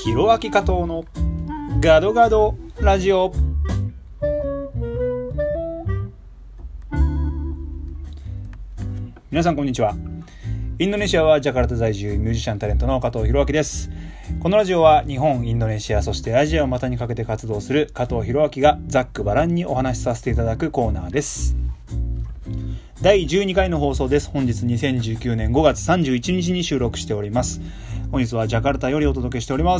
ひろあき加藤のガドガドラジオ。皆さんこんにちは。インドネシアはジャカルタ在住ミュージシャンタレントの加藤ひろあきです。このラジオは日本、インドネシア、そしてアジアを股にかけて活動する加藤ひろあきがざっくばらんにお話しさせていただくコーナーです。第12回の放送です。本日2019年5月31日に収録しております。本日はジャカルタよりお届けしております。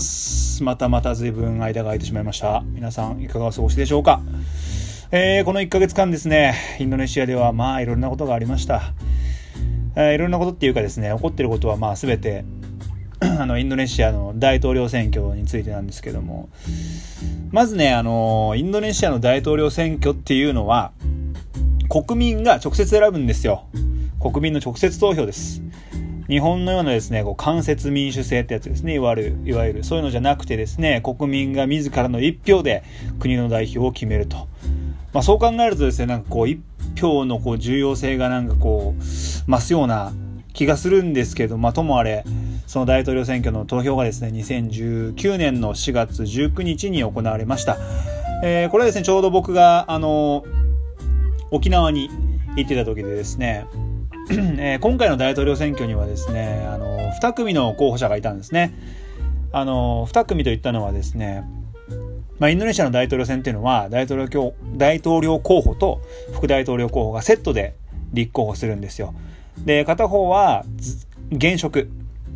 また随分間が空いてしまいました。皆さんいかがお過ごしでしょうか。この1ヶ月間ですね、インドネシアではいろんなことがありました。いろんなことっていうかですね、起こっていることは全てインドネシアの大統領選挙についてなんですけども、まずね、インドネシアの大統領選挙っていうのは国民が直接選ぶんですよ。国民の直接投票です。日本のようなですね、間接民主制ってやつですね。いわゆるそういうのじゃなくてですね、国民が自らの一票で国の代表を決めると。そう考えるとですね、一票の重要性が増すような気がするんですけど、ともあれその大統領選挙の投票がですね、2019年の4月19日に行われました。これはですね、ちょうど僕が沖縄に行ってた時でですね、今回の大統領選挙にはですね、2組の候補者がいたんですね。2組といったのはですね、インドネシアの大統領選っていうのは大統領候補と副大統領候補がセットで立候補するんですよ。で、片方は現職、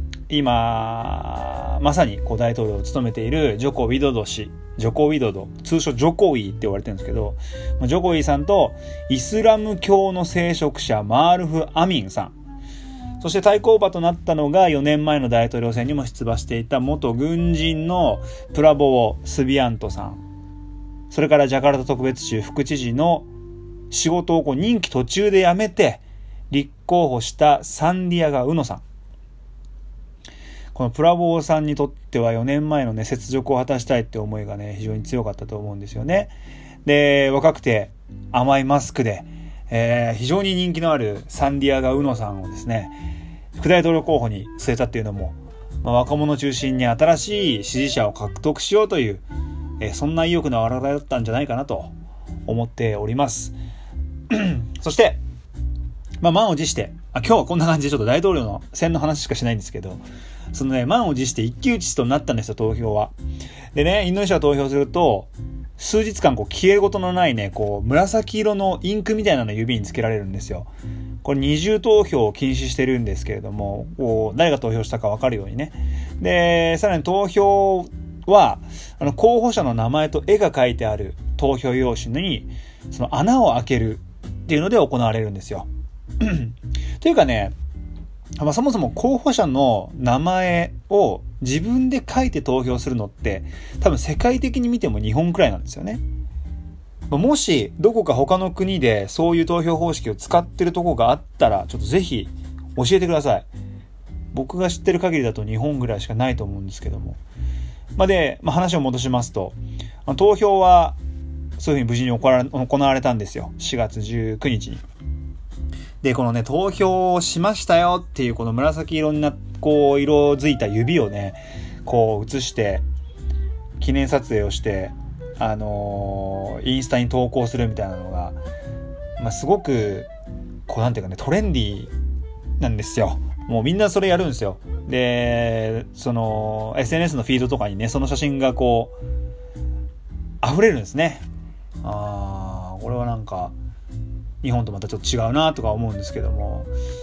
今まさに大統領を務めているジョコ・ウィドド氏、通称ジョコイって言われてるんですけど、ジョコイさんとイスラム教の聖職者マールフ・アミンさん、そして対抗馬となったのが4年前の大統領選にも出馬していた元軍人のプラボー・スビアントさん、それからジャカルタ特別州副知事の仕事を任期途中で辞めて立候補したサンディアガ・ウノさん。このプラボーさんにとっては4年前のね、雪辱を果たしたいって思いがね、非常に強かったと思うんですよね。で、若くて甘いマスクで、非常に人気のあるサンディアガ・ウノさんをですね、副大統領候補に据えたっていうのも、若者中心に新しい支持者を獲得しようという、そんな意欲の表れだったんじゃないかなと思っております。そして、満を持して、今日はこんな感じでちょっと大統領の選の話しかしないんですけど、そのね、満を持して一騎打ちとなったんですよ、投票は。でね、インドネシアを投票すると、数日間消えることのないね、紫色のインクみたいなのを指につけられるんですよ。これ二重投票を禁止してるんですけれども、誰が投票したか分かるようにね。で、さらに投票は、候補者の名前と絵が書いてある投票用紙に、その穴を開けるっていうので行われるんですよ。というかね、そもそも候補者の名前を自分で書いて投票するのって多分世界的に見ても日本くらいなんですよね。もしどこか他の国でそういう投票方式を使ってるとこがあったらちょっとぜひ教えてください。僕が知ってる限りだと日本ぐらいしかないと思うんですけども。で、話を戻しますと、投票はそういうふうに無事に行われたんですよ。4月19日に。で、このね、投票をしましたよっていうこの紫色に色づいた指をね、写して記念撮影をしてインスタに投稿するみたいなのが、すごくなんていうかね、トレンディーなんですよ。もうみんなそれやるんですよ。で、その SNS のフィードとかにね、その写真が溢れるんですね。これは日本とまたちょっと違うなとか思うんですけども、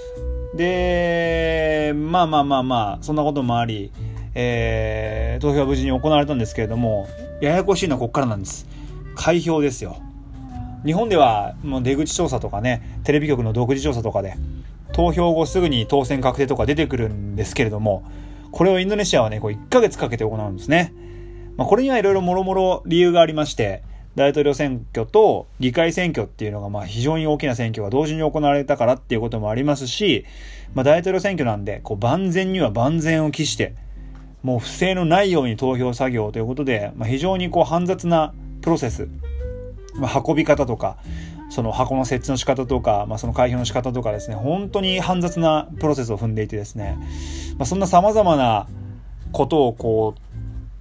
で、そんなこともあり、投票は無事に行われたんですけれども、ややこしいのはここからなんです。開票ですよ。日本ではもう出口調査とかね、テレビ局の独自調査とかで投票後すぐに当選確定とか出てくるんですけれども、これをインドネシアはね、1ヶ月かけて行うんですね。これにはいろいろもろもろ理由がありまして、大統領選挙と議会選挙っていうのが非常に大きな選挙が同時に行われたからっていうこともありますし、大統領選挙なんで万全には万全を期して、もう不正のないように投票作業ということで、非常に煩雑なプロセス、運び方とか、その箱の設置の仕方とか、その開票の仕方とかですね、本当に煩雑なプロセスを踏んでいてですね、そんな様々なことを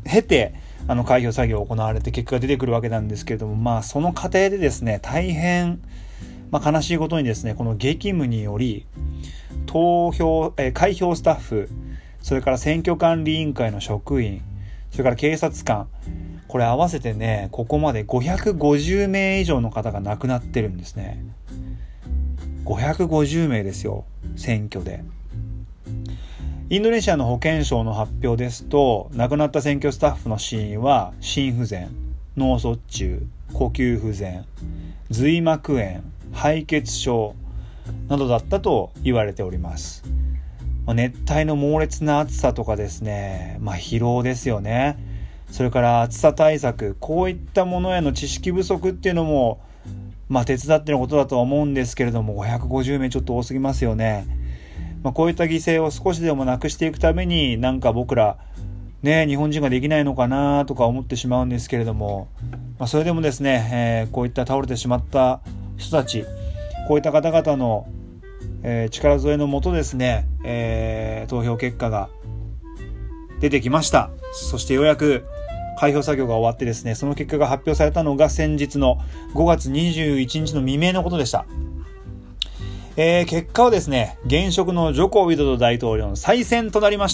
経て開票作業が行われて結果が出てくるわけなんですけれども、その過程でですね、大変、悲しいことにですね、この激務により開票スタッフ、それから選挙管理委員会の職員、それから警察官、これ合わせてね、ここまで550名以上の方が亡くなってるんですね。550名ですよ、選挙で。インドネシアの保健省の発表ですと、亡くなった選挙スタッフの死因は心不全、脳卒中、呼吸不全、髄膜炎、敗血症などだったと言われております。熱帯の猛烈な暑さとかですね、疲労ですよね。それから暑さ対策、こういったものへの知識不足っていうのも手伝っていることだとは思うんですけれども、550名ちょっと多すぎますよね。こういった犠牲を少しでもなくしていくために、僕らね、日本人ができないのかなとか思ってしまうんですけれども、それでもですね、こういった倒れてしまった人たち、こういった方々の、力添えのもとですね、投票結果が出てきました。そしてようやく開票作業が終わってですね、その結果が発表されたのが先日の5月21日の未明のことでした。結果はですね、現職のジョコ・ウィドド大統領の再選となりました。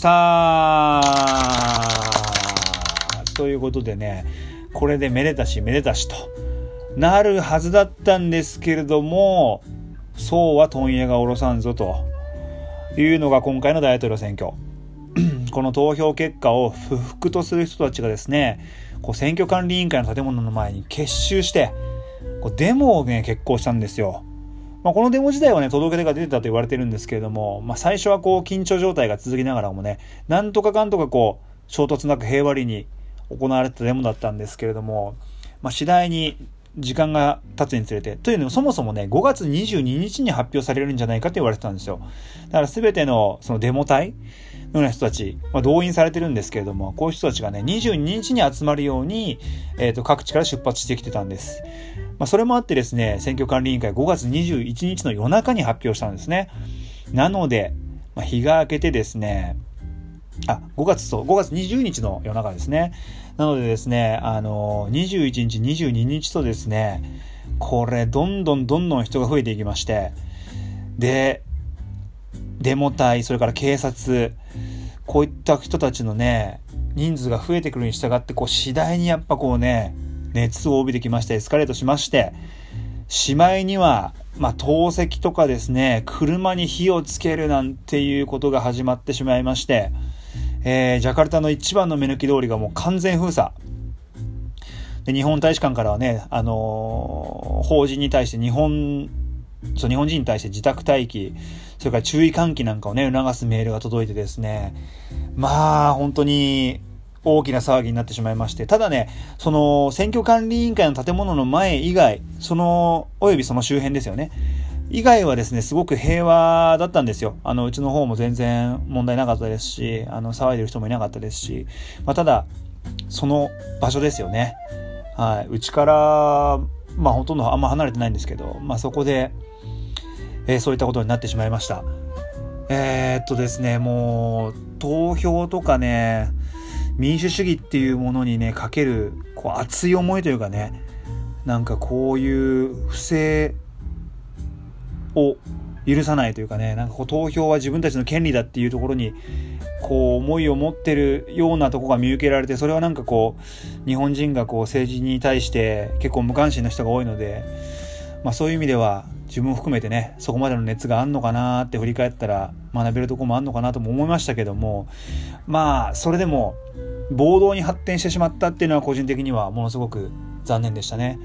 ということでね、これでめでたしめでたしとなるはずだったんですけれども、そうは問屋が下ろさんぞというのが今回の大統領選挙。この投票結果を不服とする人たちがですね、選挙管理委員会の建物の前に結集してデモをね、決行したんですよ。このデモ自体はね、届け出が出てたと言われてるんですけれども、最初は緊張状態が続きながらもね、なんとかかんとか衝突なく平和裏に行われたデモだったんですけれども、次第に時間が経つにつれて、というのもそもそもね、5月22日に発表されるんじゃないかと言われてたんですよ。だから全てのそのデモ隊のような人たち、動員されてるんですけれども、こういう人たちがね、22日に集まるように、各地から出発してきてたんです。それもあってですね、選挙管理委員会5月21日の夜中に発表したんですね。なので、日が明けてですね、5月20日の夜中ですね。なのでですね、21日、22日とですね、これどんどん人が増えていきまして、で、デモ隊、それから警察、こういった人たちのね、人数が増えてくるに従って、次第にやっぱ熱を帯びてきまして、エスカレートしまして、しまいには、投石とかですね、車に火をつけるなんていうことが始まってしまいまして、ジャカルタの一番の目抜き通りがもう完全封鎖で、日本大使館からはね、法人に対して日本人に対して自宅待機、それから注意喚起なんかをね、促すメールが届いてですね、本当に大きな騒ぎになってしまいまして、ただね、その選挙管理委員会の建物の前以外、およびその周辺ですよね、以外はですね、すごく平和だったんですよ。うちの方も全然問題なかったですし、騒いでる人もいなかったですし、ただその場所ですよね。はい、うちからほとんどあんま離れてないんですけど、そこで、そういったことになってしまいました。ですね、もう投票とかね、民主主義っていうものにねかける熱い思いというかね、こういう不正を許さないというかね、投票は自分たちの権利だっていうところに思いを持ってるようなところが見受けられて、それは日本人が政治に対して結構無関心な人が多いので、そういう意味では自分を含めてね、そこまでの熱があんのかなって振り返ったら学べるところもあんのかなとも思いましたけども、それでも暴動に発展してしまったっていうのは個人的にはものすごく残念でしたね。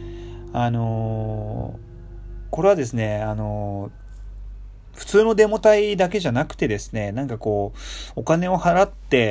これはですね、普通のデモ隊だけじゃなくてですね、お金を払って、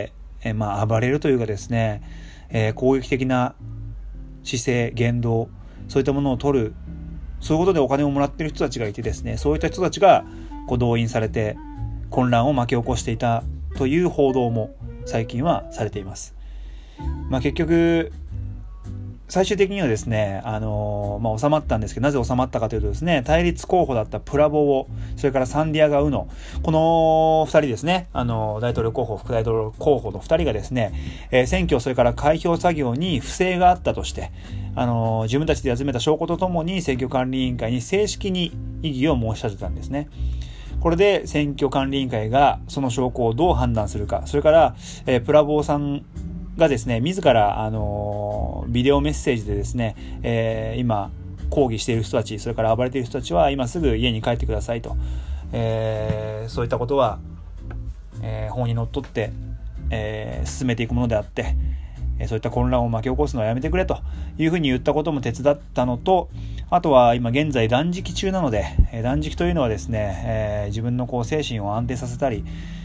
暴れるというかですね、攻撃的な姿勢、言動、そういったものを取る、そういうことでお金をもらっている人たちがいてですね、そういった人たちが動員されて混乱を巻き起こしていたという報道も最近はされています。結局最終的にはですね、収まったんですけど、なぜ収まったかというとですね、対立候補だったプラボを、それからサンディアガ・ウノ、この二人ですね、大統領候補、副大統領候補の二人がですね、選挙、それから開票作業に不正があったとして、自分たちで集めた証拠とともに選挙管理委員会に正式に異議を申し立てたんですね。これで選挙管理委員会がその証拠をどう判断するか、それから、プラボーさんがですね、自ら、ビデオメッセージでですね、今、抗議している人たち、それから暴れている人たちは今すぐ家に帰ってくださいと。そういったことは、法にのっとって、進めていくものであって、そういった混乱を巻き起こすのはやめてくれというふうに言ったことも手伝ったのと、あとは今現在断食中なので、断食というのはですね、自分の精神を安定させたり、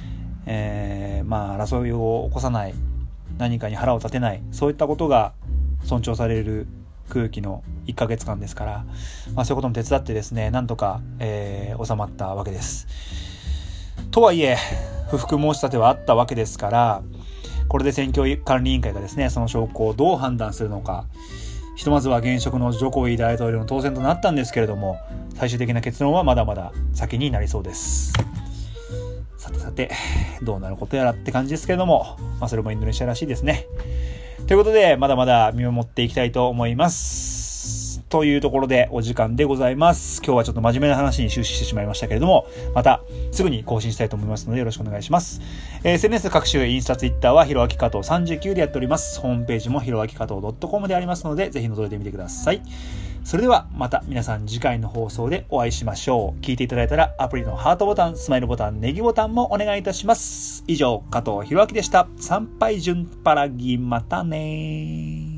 争いを起こさない、何かに腹を立てない、そういったことが尊重される空気の1ヶ月間ですから、そういうことも手伝ってですね、なんとか、収まったわけです。とはいえ不服申し立てはあったわけですから、これで選挙管理委員会がですね、その証拠をどう判断するのか、ひとまずは現職のジョコビ大統領の当選となったんですけれども、最終的な結論はまだまだ先になりそうです。さてどうなることやらって感じですけれども、それもインドネシアらしいですね。ということで、まだまだ見守っていきたいと思います。というところでお時間でございます。今日はちょっと真面目な話に終始してしまいましたけれども、またすぐに更新したいと思いますのでよろしくお願いします。SNS 各種インスタ、ツイッターはひろあき加藤39でやっております。ホームページもひろあき加藤 .com でありますので、ぜひ覗いてみてください。それではまた皆さん次回の放送でお会いしましょう。聞いていただいたらアプリのハートボタン、スマイルボタン、ネギボタンもお願いいたします。以上、加藤ひろあきでした。参拝順パラギ、またね。